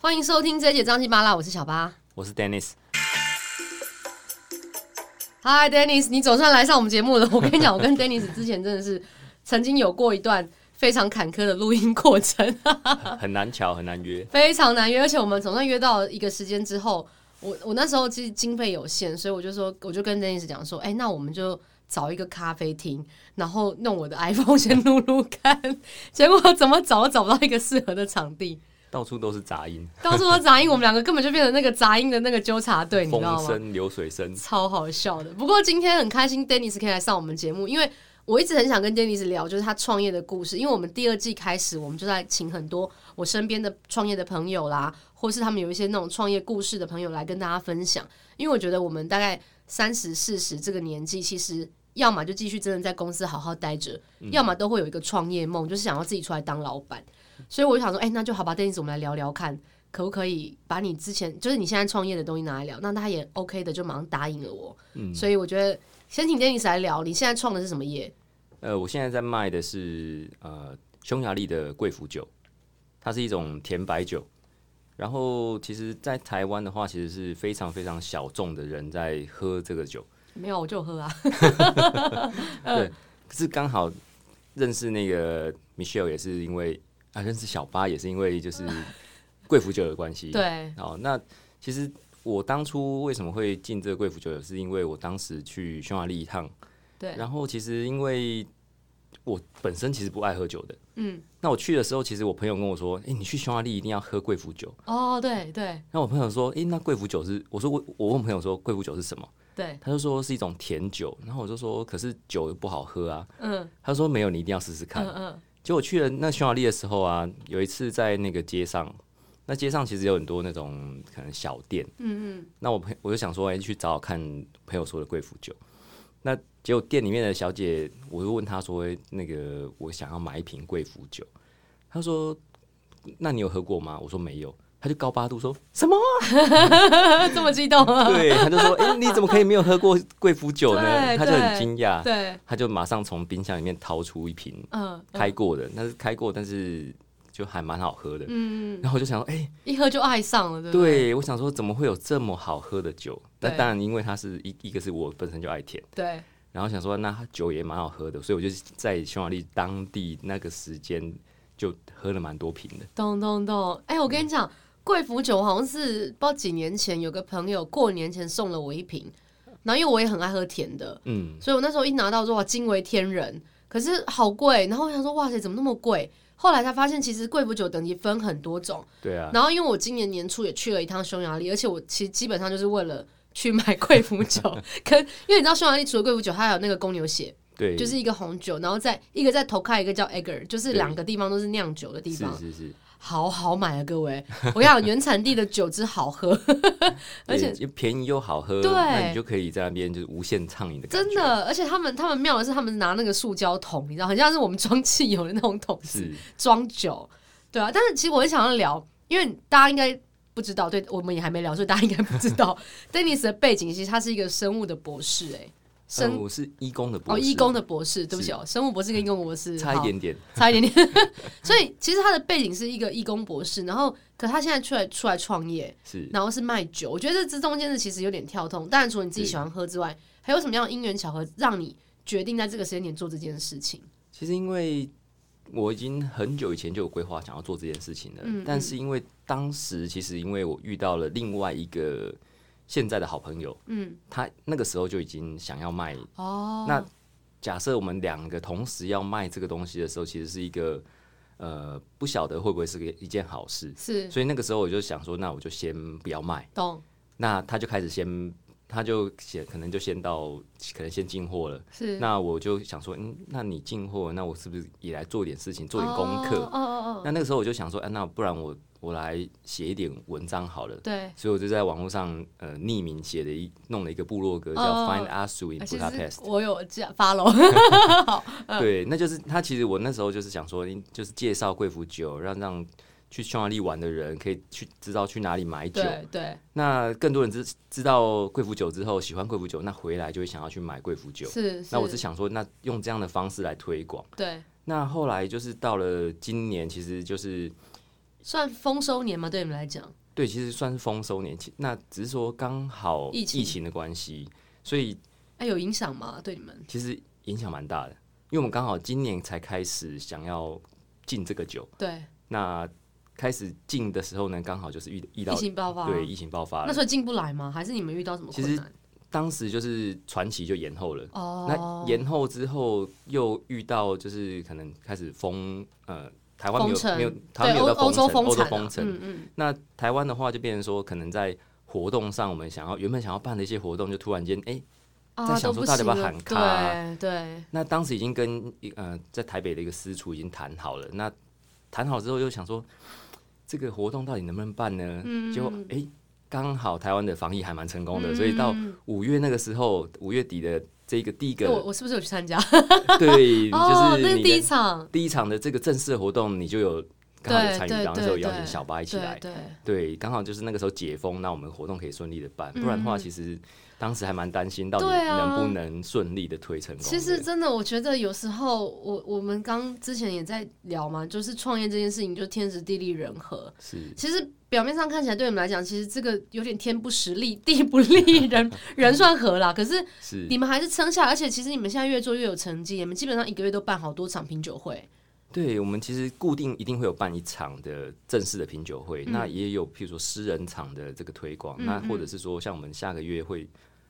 欢迎收听这一节张七巴拉，我是小八， 我是 Dennis。Hi Dennis， 你总算来上我们节目了。我跟你讲，我跟 Dennis 之前真的是曾经有过一段非常坎坷的录音过程， 很难瞧，很难约， 非常难约。而且我们总算约到一个时间之后，我那时候其实经费有限，所以我就跟 Dennis 讲说，那我们就找一个咖啡厅，然后弄我的 iPhone 先录录看。结果怎么找都找不到一个适合的场地。 到处都是杂音， 到处都杂音，我们两个根本就变成那个杂音的那个纠察队，你知道吗？ 风声、流水声， 超好笑的。不过今天很开心 ，Dennis 可以来上我们节目，因为我一直很想跟 Dennis 聊，就是他创业的故事。因为我们第二季开始，我们就在请很多我身边的创业的朋友啦，或是他们有一些那种创业故事的朋友来跟大家分享。因为我觉得我们大概30、40这个年纪，其实要么就继续真的在公司好好待着，要么都会有一个创业梦，就是想要自己出来当老板。所以我就想说，那就好吧 ，Dennis， 我们来聊聊看，可不可以把你之前就是你现在创业的东西拿来聊？那他也 OK 的，就马上答应了我。所以我觉得先请 Dennis 来聊，你现在创的是什么业？ 我现在在卖的是匈牙利的贵腐酒，它是一种甜白酒。然后其实，在台湾的话，其实是非常非常小众的人在喝这个酒。 没有，我就喝啊。 对，可是刚好认识那个 Michelle 也是因为认识小八也是因为就是贵腐酒的关系。 对， 那其实我当初为什么会进这个贵腐酒，是因为我当时去匈牙利一趟。 对， 然后其实因为我本身其实不爱喝酒的，那我去的时候，其实我朋友跟我说，你去匈牙利一定要喝贵腐酒。 哦，对对。 那我朋友说，那贵腐酒是？我问朋友说，贵腐酒是什么？ 对， 他就说是一种甜酒。然后我就说，可是酒不好喝啊。他说没有，你一定要试试看。结果去了那匈牙利的时候啊，有一次在那个街上，那街上其实有很多那种可能小店。那我就想说，去找找看朋友说的贵腐酒。那结果店里面的小姐，我就问她说：“那个我想要买一瓶贵腐酒。”她说：“那你有喝过吗？”我说：“没有。”她就高八度说：“什么？ 这么激动啊？” 对，她就说：“你怎么可以没有喝过贵腐酒呢？”她就很惊讶， 对， 她就马上从冰箱里面掏出一瓶开过的，那是开过，但是就还蛮好喝的。然后我就想说， 一喝就爱上了，对不对？ 对， 我想说，怎么会有这么好喝的酒？那当然，因为它是一个是我本身就爱甜， 对。 然后想说，那酒也蛮好喝的，所以我就在匈牙利当地那个时间就喝了蛮多瓶的。 懂。我跟你讲，贵腐酒好像是不知道几年前有个朋友过年前送了我一瓶，然后因为我也很爱喝甜的，所以我那时候一拿到说哇惊为天人，可是好贵，然后我想说哇塞怎么那么贵？后来才发现其实贵腐酒等级分很多种， 对啊。 然后因为我今年年初也去了一趟匈牙利，而且我其实基本上就是为了去买贵腐酒，因为你知道匈牙利除了贵腐酒，它还有那个公牛血， 对， 就是一个红酒，然后一个在头开，一个叫 Eger， 就是两个地方都是酿酒的地方， 是， 好好买啊，各位！我跟你讲，原产地的酒之好喝，而且又便宜又好喝， 对， 那你就可以在那边就是无限畅饮的感觉。 真的，而且他们妙的是，他们拿那个塑胶桶，你知道，很像是我们装汽油的那种桶子装酒，对啊。但是其实我很想要聊，因为大家应该不知道，对我们也还没聊，所以大家应该不知道Dennis 的背景，其实他是一个生物的博士， 我是医工的博士。 医工的博士，对不起生物博士跟医工博士差一点点。 所以其实他的背景是一个医工博士，然后可他现在出来创业，然后是卖酒。我觉得这中间的其实有点跳动。当然，除了你自己喜欢喝之外，还有什么样的因缘巧合让你决定在这个时间点做这件事情？ 其实因为我已经很久以前就有规划想要做这件事情了，但是因为当时其实因为我遇到了另外一个现在的好朋友，他那个时候就已经想要卖。那假设我们两个同时要卖这个东西的时候，其实是一个不晓得会不会是一件好事。 是， 所以那个时候我就想说，那我就先不要卖。 懂。 那他就开始他就可能就先先进货了。 是。 那我就想说，那你进货，那我是不是也来做一点事情，做点功课？那那个时候我就想说，那不然我来写一点文章好了。 对。 所以我就在网络上匿名弄了一个部落格，叫 Find Asu in Budapest。 我有follow 对，那就是他其实我那时候就是想说，就是介绍贵腐酒，让去匈牙利玩的人可以知道去哪里买酒。 对。 那更多人知道贵腐酒之后，喜欢贵腐酒，那回来就会想要去买贵腐酒。 是。 那我是想说，那用这样的方式来推广。 对。 那后来就是到了今年，其实就是算丰收年吗？对你们来讲？ 对，其实算是丰收年，那只是说刚好疫情的关系，所以有影响吗？对你们？ 其实影响蛮大的，因为我们刚好今年才开始想要进这个酒， 对， 那开始进的时候呢，刚好就是遇到疫情爆发， 对，疫情爆发， 那时候进不来吗？还是你们遇到什么困难？ 其实当时就是传奇就延后了，那延后之后又遇到就是可能开始台湾没有台湾没有到欧洲封城，那台湾的话就变成说，可能在活动上，我们原本想要办的一些活动，就突然间在想说大家要不要喊卡， 对。那当时已经跟在台北的一个私厨已经谈好了，那谈好之后又想说，这个活动到底能不能办呢？就刚好台湾的防疫还蛮成功的，所以到5月那个时候，5月底的这个第一个， 我是不是有去参加？ 对，就是那第一场的这个正式的活动，你就有刚好有参与到，那时候邀请小巴一起来，对，刚好就是那个时候解封，那我们活动可以顺利的办，不然的话，其实当时还蛮担心到底能不能顺利的推成功。 其实真的，我觉得有时候我们之前也在聊嘛，就是创业这件事情，就天时地利人和。 是， 其实表面上看起来对你们来讲，其实这个有点天不时利，地不利，人算和啦。可是你们还是撑下来，而且其实你们现在越做越有成绩，你们基本上1个月都办好多场品酒会。 对，我们其实固定一定会有办1场的正式的品酒会，那也有譬如说私人场的这个推广，那或者是说像我们下个月会，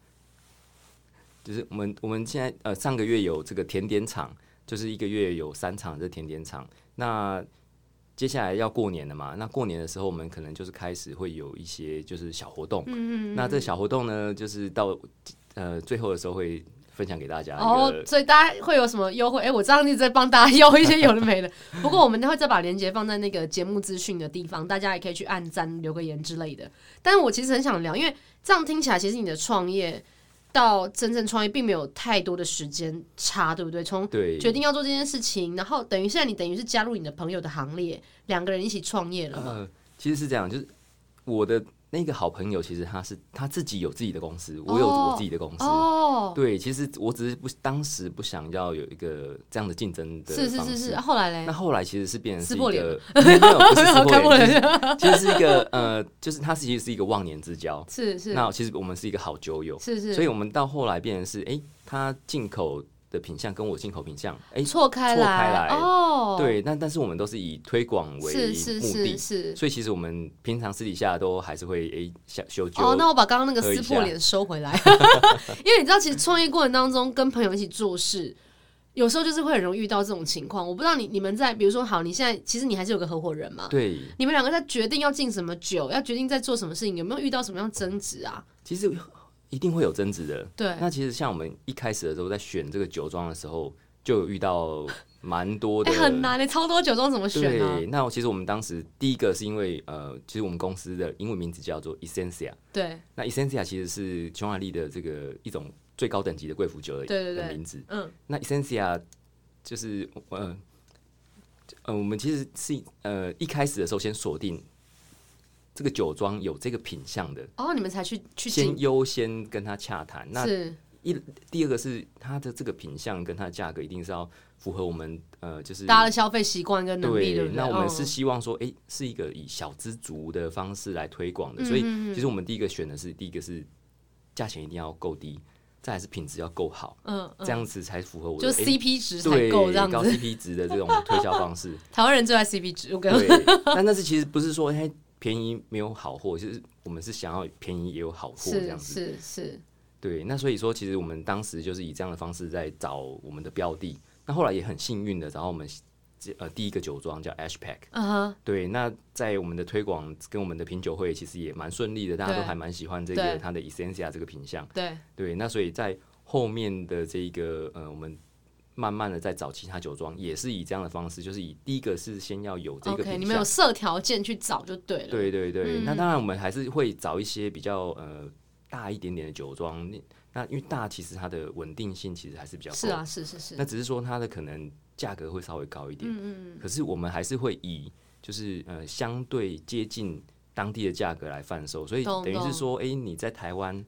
就是我们现在上个月有这个甜点场，就是1个月有3场的甜点场，那接下来要过年了嘛，那过年的时候我们可能就是开始会有一些就是小活动，那这小活动呢，就是到最后的时候会分享给大家所以大家会有什么优惠？我这样一直在帮大家要一些有的没的。不过我们会再把链接放在那个节目资讯的地方，大家也可以去按赞、留个言之类的。但是我其实很想聊，因为这样听起来，其实你的创业到真正创业并没有太多的时间差，对不对？从决定要做这件事情，然后现在你等于是加入你的朋友的行列，2个人一起创业了嘛？ 其实是这样，就是我的那个好朋友，其实他自己有自己的公司，我有我自己的公司。对，其实我只是当时不想要有一个这样的竞争的方式。 是。后来嘞？ 那后来其实是变成是一个没有不是撕破脸，其实是一个就是他其实是一个忘年之交。 是。 那其实我们是一个好酒友。 是。 所以我们到后来变成是他进口的品项跟我进口品项错开来对，但是我们都是以推广为目的， 是， 所以其实我们平常私底下都还是会修酒。 那我把刚刚那个撕破脸收回来，因为你知道，其实创业过程当中跟朋友一起做事，有时候就是会很容易遇到这种情况。我不知道你们在，比如说好，你现在其实你还是有个合伙人嘛， 对， 你们2个在决定要进什么酒，要决定在做什么事情，有没有遇到什么样争执啊？ 其实一定会有争执的。 对， 那其实像我们一开始的时候在选这个酒庄的时候，就有遇到蛮多的， 很难超多酒庄怎么选啊？ 对，那其实我们当时第一个是因为其实我们公司的英文名字叫做 Essencia， 对， 那 Essencia 其实是匈牙利的这个一种最高等级的贵腐酒的名字。那 Essencia 就是我们其实是一开始的时候先锁定这个酒庄有这个品项的你们才去先优先跟他洽谈。那第二个是它的这个品项跟它的价格一定是要符合我们就是大家的消费习惯跟能力，对不对？ 那我们是希望说是一个以小资族的方式来推广的，所以其实我们第一个选的是第一个是价钱一定要够低，再来是品质要够好，这样子才符合我的就 CP 值才够，这样子高 CP 值的这种推销方式。 台湾人最爱 CP 值， 对，但是其实不是说便宜没有好货，就是我们是想要便宜也有好货这样子。 是。 对，那所以说，其实我们当时就是以这样的方式在找我们的标的。那后来也很幸运的找到我们第一个酒庄叫 Ashpack。对，那在我们的推广跟我们的品酒会其实也蛮顺利的，大家都还蛮喜欢这个它的 Essencia 这个品项。对，那所以在后面的这一个我们慢慢的在找其他酒庄，也是以这样的方式，就是以第一个是先要有这个品项， 你们有设条件去找就对了。 对，那当然我们还是会找一些比较大一点点的酒庄，那因为大其实它的稳定性其实还是比较高， 是。 那只是说它的可能价格会稍微高一点，可是我们还是会以就是相对接近当地的价格来贩售，所以等于是说，你在台湾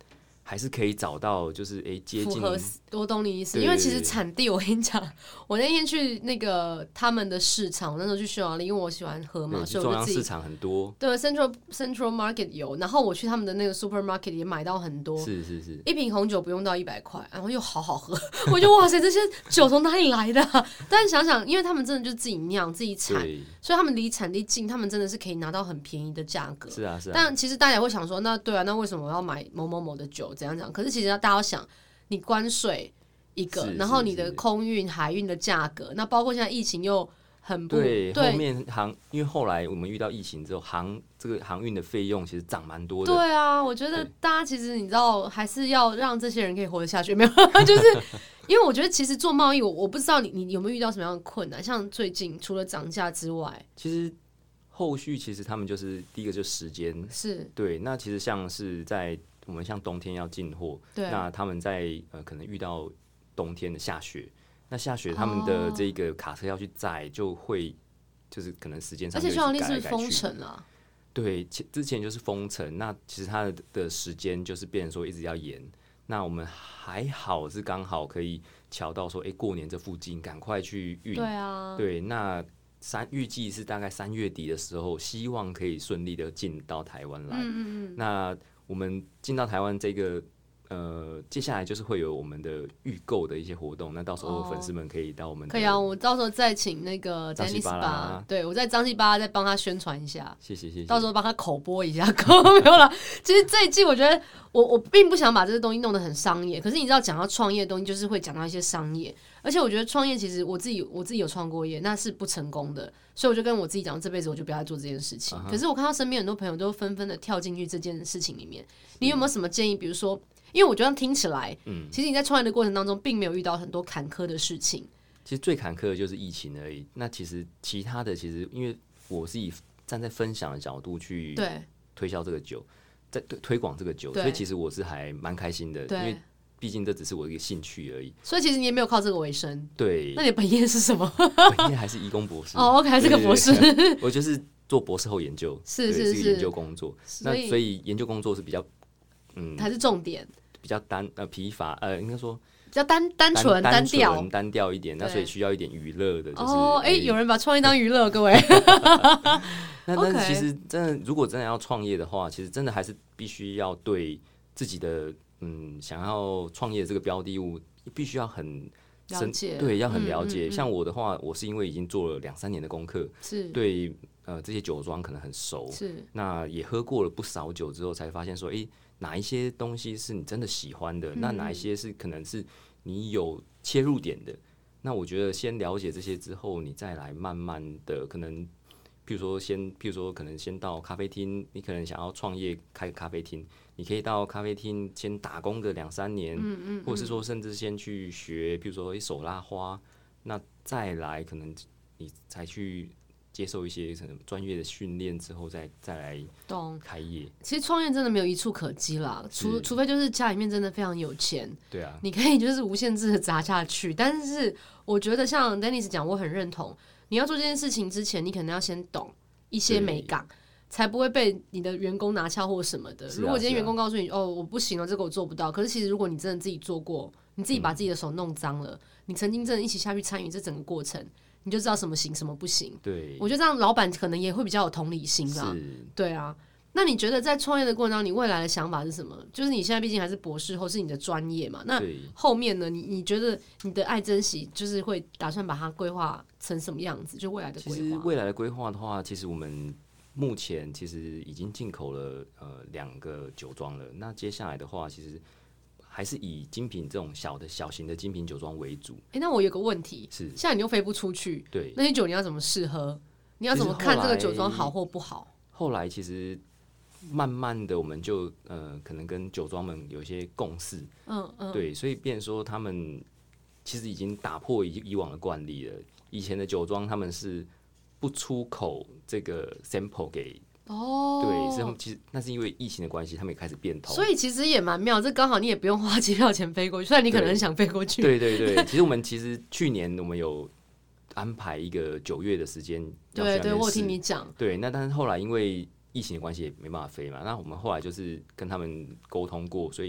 还是可以找到就是接近符合多懂你意思， 对因为其实产地我跟你讲，我那天去那个他们的市场，我那时候去匈牙利，因为我喜欢喝嘛，所以我就自己中央市场很多， 对 Central Market 有，然后我去他们的那个 Supermarket 也买到很多， 是一瓶红酒不用到100块，然后又好好喝，我就哇塞，这些酒从哪里来的啊？但是想想，因为他们真的就自己酿自己产，所以他们离产地近，他们真的是可以拿到很便宜的价格。 是啊。 但其实大家会想说，那对啊，那为什么我要买某某某的酒？怎样讲？可是其实大家要想，你关税一个，然后你的空运、海运的价格，那包括现在疫情又很不对，后面因为后来我们遇到疫情之后，这个航运的费用其实涨蛮多的。 对啊，我觉得大家其实你知道，还是要让这些人可以活得下去，没有？就是因为我觉得其实做贸易，我不知道你有没有遇到什么样的困难？像最近除了涨价之外， 其实后续其实他们就是第一个就是时间， 是对。那其实像是在我们像冬天要进货，那他们在可能遇到冬天的下雪，那下雪他们的这个卡车要去载，就会就是可能时间上， 而且匈牙利是封城啊， 对，之前就是封城，那其实它的时间就是变成说一直要延。那我们还好是刚好可以瞧到说，过年这附近赶快去运， 对啊， 对，那预计是大概3月底的时候，希望可以顺利的进到台湾来。那我们进到台湾这个接下来就是会有我们的预购的一些活动，那到时候粉丝们可以到我们的可以啊，我到时候再请那个 Dennis 吧，对我在张西巴再帮他宣传一下， 谢谢， 到时候帮他口播一下，没有啦。其实这一季我觉得我并不想把这个东西弄得很商业，可是你知道讲到创业的东西，就是会讲到一些商业，而且我觉得创业其实我自己有创过业，那是不成功的，所以我就跟我自己讲，这辈子我就不要再做这件事情。可是我看到身边很多朋友都纷纷的跳进去这件事情里面，你有没有什么建议？比如说，因为我觉得听起来，其实你在创业的过程当中，并没有遇到很多坎坷的事情。 其实最坎坷的就是疫情而已。那其实其他的，其实因为我是以站在分享的角度去推销这个酒，在推广这个酒，所以其实我是还蛮开心的，因为毕竟这只是我一个兴趣而已。 所以其实你也没有靠这个为生。 对， 那你的本业是什么？ 本业还是移工博士。 哦 ，OK， 还是个博士。 对我就是做博士后研究，是研究工作。所以研究工作是比较还是重点。 比较疲乏，应该说比较单纯单调一点，那所以需要一点娱乐的， 就是有人把创业当娱乐，各位。 那其实真的，如果真的要创业的话，其实真的还是必须要对自己的想要创业的这个标的物，必须要很了解， 对，要很了解。像我的话，我是因为已经做了2-3年的功课， 是对这些酒庄可能很熟， 是那也喝过了不少酒之后，才发现说，哪一些东西是你真的喜欢的，那哪一些是可能是你有切入点的。那我觉得先了解这些之后，你再来慢慢的可能，譬如说可能先到咖啡厅，你可能想要创业开咖啡厅，你可以到咖啡厅先打工个2-3年，或者是说甚至先去学，譬如说手拉花，那再来可能你才去接受一些可能专业的训练之后再来开业。 其实创业真的没有一触可及啦，除非就是家里面真的非常有钱， 对啊， 你可以就是无限制的砸下去。但是我觉得像 Dennis 讲，我很认同，你要做这件事情之前，你可能要先懂一些美感，才不会被你的员工拿翘或什么的。如果今天员工告诉你我不行了，这个我做不到，可是其实如果你真的自己做过，你自己把自己的手弄脏了，你曾经真的一起下去参与这整个过程，你就知道什么行什么不行。 对， 我觉得这样老板可能也会比较有同理心啦。对啊，那你觉得在创业的过程当中，你未来的想法是什么？就是你现在毕竟还是博士后，是你的专业嘛？那后面呢？你觉得你的爱珍惜就是会打算把它规划成什么样子？就未来的规划。 其实未来的规划的话，其实我们目前其实已经进口了2个酒庄了。那接下来的话，其实还是以精品这种小型的精品酒庄为主。 那我有个问题是， 现在你又飞不出去， 对， 那些酒你要怎么试喝？你要怎么看这个酒庄好或不好？ 后来其实慢慢的，我们就可能跟酒庄们有一些共识，对，所以变成说他们其实已经打破以往的惯例了。以前的酒庄他们是不出口这个 sample 给。对，所以他们其实那是因为疫情的关系，他们也开始变通， 所以其实也蛮妙。这刚好你也不用花机票钱飞过去，虽然你可能很想飞过去。 对对对，其实我们去年我们有安排一个9月的时间， 对对，我有听你讲。 对，那但是后来因为疫情的关系也没办法飞嘛，那我们后来就是跟他们沟通过，所以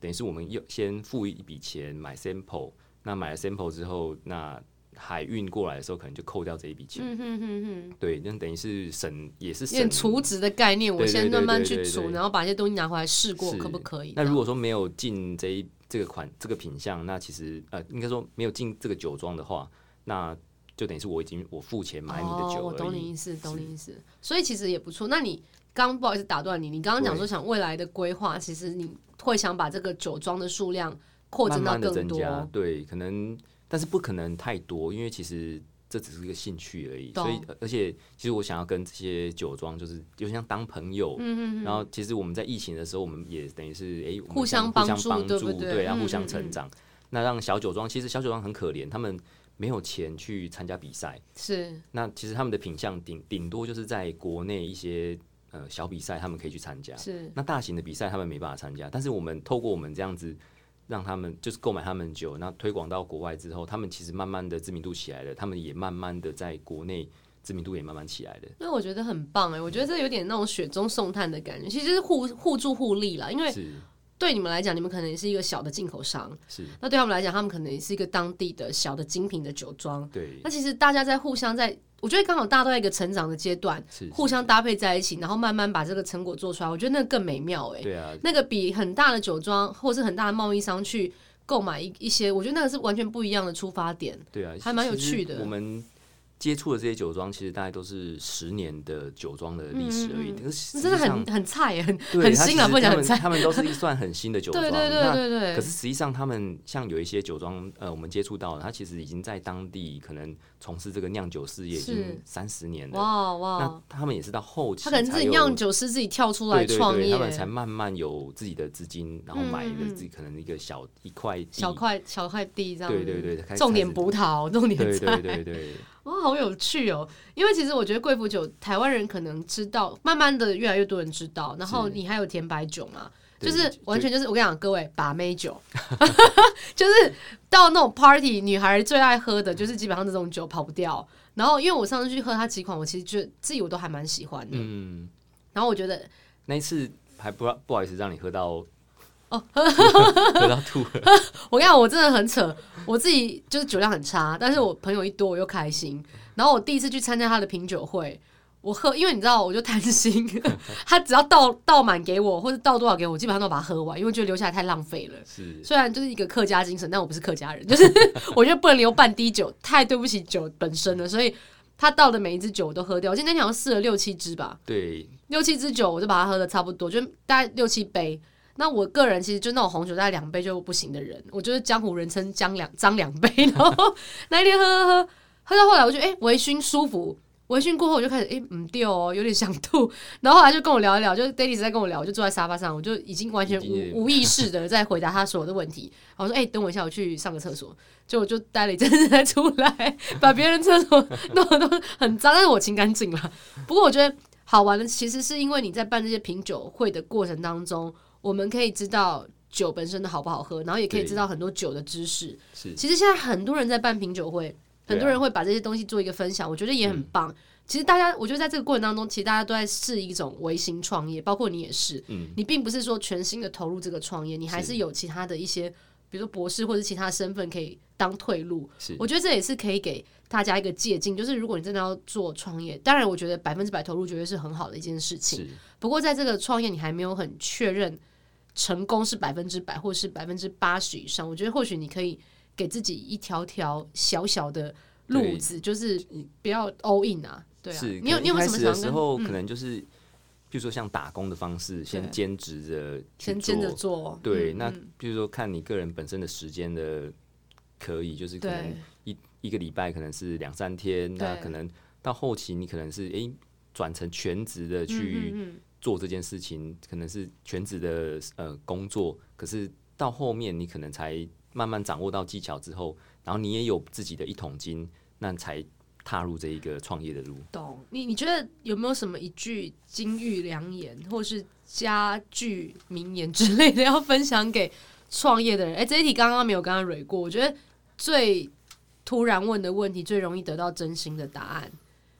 等于是我们先付一笔钱买 sample， 那买了 sample 之后，那海运过来的时候可能就扣掉这一笔钱。对，那等于是也是省储值的概念，我先慢慢去储，然后把一些东西拿回来试过可不可以。 那如果说没有进这个品项，那其实应该说没有进这个酒庄的话，那就等于是我付钱买你的酒而已。 我懂你意思，懂你意思。所以其实也不错。那你不好意思打断你，你刚刚讲说想未来的规划，其实你会想把这个酒庄的数量扩增到更多， 慢慢的增加。对，可能，但是不可能太多，因为其实这只是一个兴趣而已。所以，而且其实我想要跟这些酒庄就是有点像当朋友。然后，其实我们在疫情的时候，我们也等于是互相帮助，对不对？ 对，然后互相成长。那让小酒庄，其实小酒庄很可怜，他们没有钱去参加比赛。 是。 那其实他们的品项顶多就是在国内一些小比赛，他们可以去参加。 是。 那大型的比赛他们没办法参加，但是我们透过我们这样子，让他们就是购买他们酒，那推广到国外之后，他们其实慢慢的知名度起来了，他们也慢慢的在国内知名度也慢慢起来了。 那我觉得很棒我觉得这有点那种雪中送炭的感觉，其实就是互助互利啦，因为对你们来讲，你们可能也是一个小的进口商， 是。 那对他们来讲，他们可能也是一个当地的小的精品的酒庄。 对。 那其实大家我觉得刚好大家都在一个成长的阶段，互相搭配在一起，然后慢慢把这个成果做出来，我觉得那个更美妙对啊。 那个比很大的酒庄或是很大的贸易商去购买一些，我觉得那个是完全不一样的出发点。 对啊， 还蛮有趣的。 我们接触的这些酒庄，其实大概都是10年的酒庄的历史而已。 真的很菜很新啊，不能讲很菜。 他们都是算很新的酒庄。 对。 可是实际上，他们像有一些酒庄，我们接触到的，他其实已经在当地可能从事这个酿酒事业已经30年了。 哇！ 那他们也是到后期， 他可能自己酿酒师自己跳出来创业， 他们才慢慢有自己的资金，然后买了自己可能一个一块地小块地这样。 对， 种点葡萄，种点菜。 对。 哇，好有趣因为其实我觉得贵腐酒台湾人可能知道，慢慢的越来越多人知道，然后你还有甜白酒嘛，就是完全就是我跟你讲各位把妹酒就是到那种 party 女孩最爱喝的就是基本上这种酒跑不掉。然后因为我上次去喝它几款，我其实觉得自己我都还蛮喜欢的。然后我觉得那一次还不好意思让你喝到喝到吐了。 我跟你讲，我真的很扯，我自己就是酒量很差，但是我朋友一多我又开心。然后我第一次去参加他的品酒会，我喝，因为你知道我就贪心他只要倒满给我或者倒多少给我，基本上都把它喝完，因为觉得留下来太浪费了。虽然就是一个客家精神，但我不是客家人，就是我觉得不能留半滴酒，太对不起酒本身了。所以他倒的每一支酒我都喝掉，我今天好像试了6-7支吧。 对 ，6-7支酒我就把它喝的差不多，就大概6-7杯。那我个人其实就那种红酒大概2杯就不行的人，我就是江湖人称张2杯。然后那一天喝到后来，我觉得微醺舒服，微醺过后我就开始不对有点想吐。然后后来就跟我聊一聊，就 Dennis 在跟我聊，我就坐在沙发上，我就已经完全无意识的在回答他所有的问题。然后我说等我一下，我去上个厕所。结果我就待了一阵子才出来，把别人厕所弄得都很脏，但是我清干净了。不过我觉得好玩的其实是因为你在办这些品酒会的过程当中，我们可以知道酒本身的好不好喝，然后也可以知道很多酒的知识。其实现在很多人在办品酒会，很多人会把这些东西做一个分享，我觉得也很棒。其实大家，我觉得在这个过程当中，其实大家都在试一种微型创业，包括你也是。你并不是说全心的投入这个创业，你还是有其他的一些，比如说博士或者其他身份可以当退路。我觉得这也是可以给大家一个借鉴，就是如果你真的要做创业，当然我觉得100%投入绝对是很好的一件事情。不过在这个创业你还没有很确认成功是100%或是80%以上，我觉得或许你可以给自己一条条小小的路子，就是不要 all in 啊。对啊，你有没有什么想的时候可能就是，比如说像打工的方式，先兼职着， 先兼着做。 对，那比如说看你个人本身的时间的，可以就是可能一个礼拜可能是2-3天，那可能到后期你可能是转成全职的去做这件事情，可能是全职的工作，可是到后面你可能才慢慢掌握到技巧之后，然后你也有自己的一桶金，那才踏入这一个创业的路。 懂。你觉得有没有什么一句金玉良言或是佳句名言之类的要分享给创业的人？这一题刚刚没有跟他蕊过，我觉得最突然问的问题最容易得到真心的答案，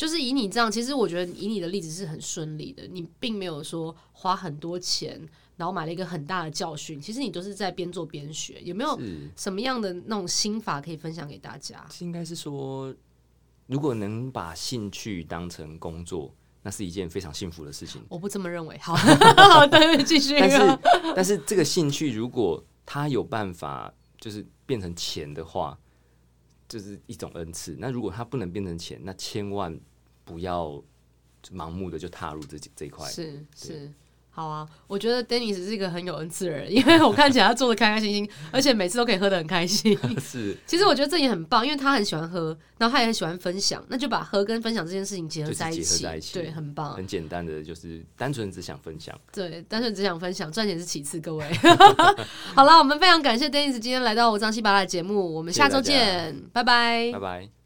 就是以你这样，其实我觉得以你的例子是很顺利的，你并没有说花很多钱，然后买了一个很大的教训。其实你都是在边做边学，有没有什么样的那种心法可以分享给大家？ 应该是说，如果能把兴趣当成工作，那是一件非常幸福的事情。 我不这么认为。好，好的，继续。 但是这个兴趣如果它有办法就是变成钱的话，就是一种恩赐。那如果它不能变成钱，那千万不要盲目的就踏入这一块。 是。好啊，我觉得 Dennis 是一个很有恩赐的人，因为我看起来他做的开开心心，而且每次都可以喝得很开心。 是， 其实我觉得这也很棒，因为他很喜欢喝，然后他也很喜欢分享，那就把喝跟分享这件事情结合在一起，对，很棒。 很简单的，就是单纯只想分享。 对，单纯只想分享，赚钱是其次，各位。好啦，我们非常感谢 Dennis 今天来到我张西巴拉的节目，我们下周见，拜拜， 拜拜。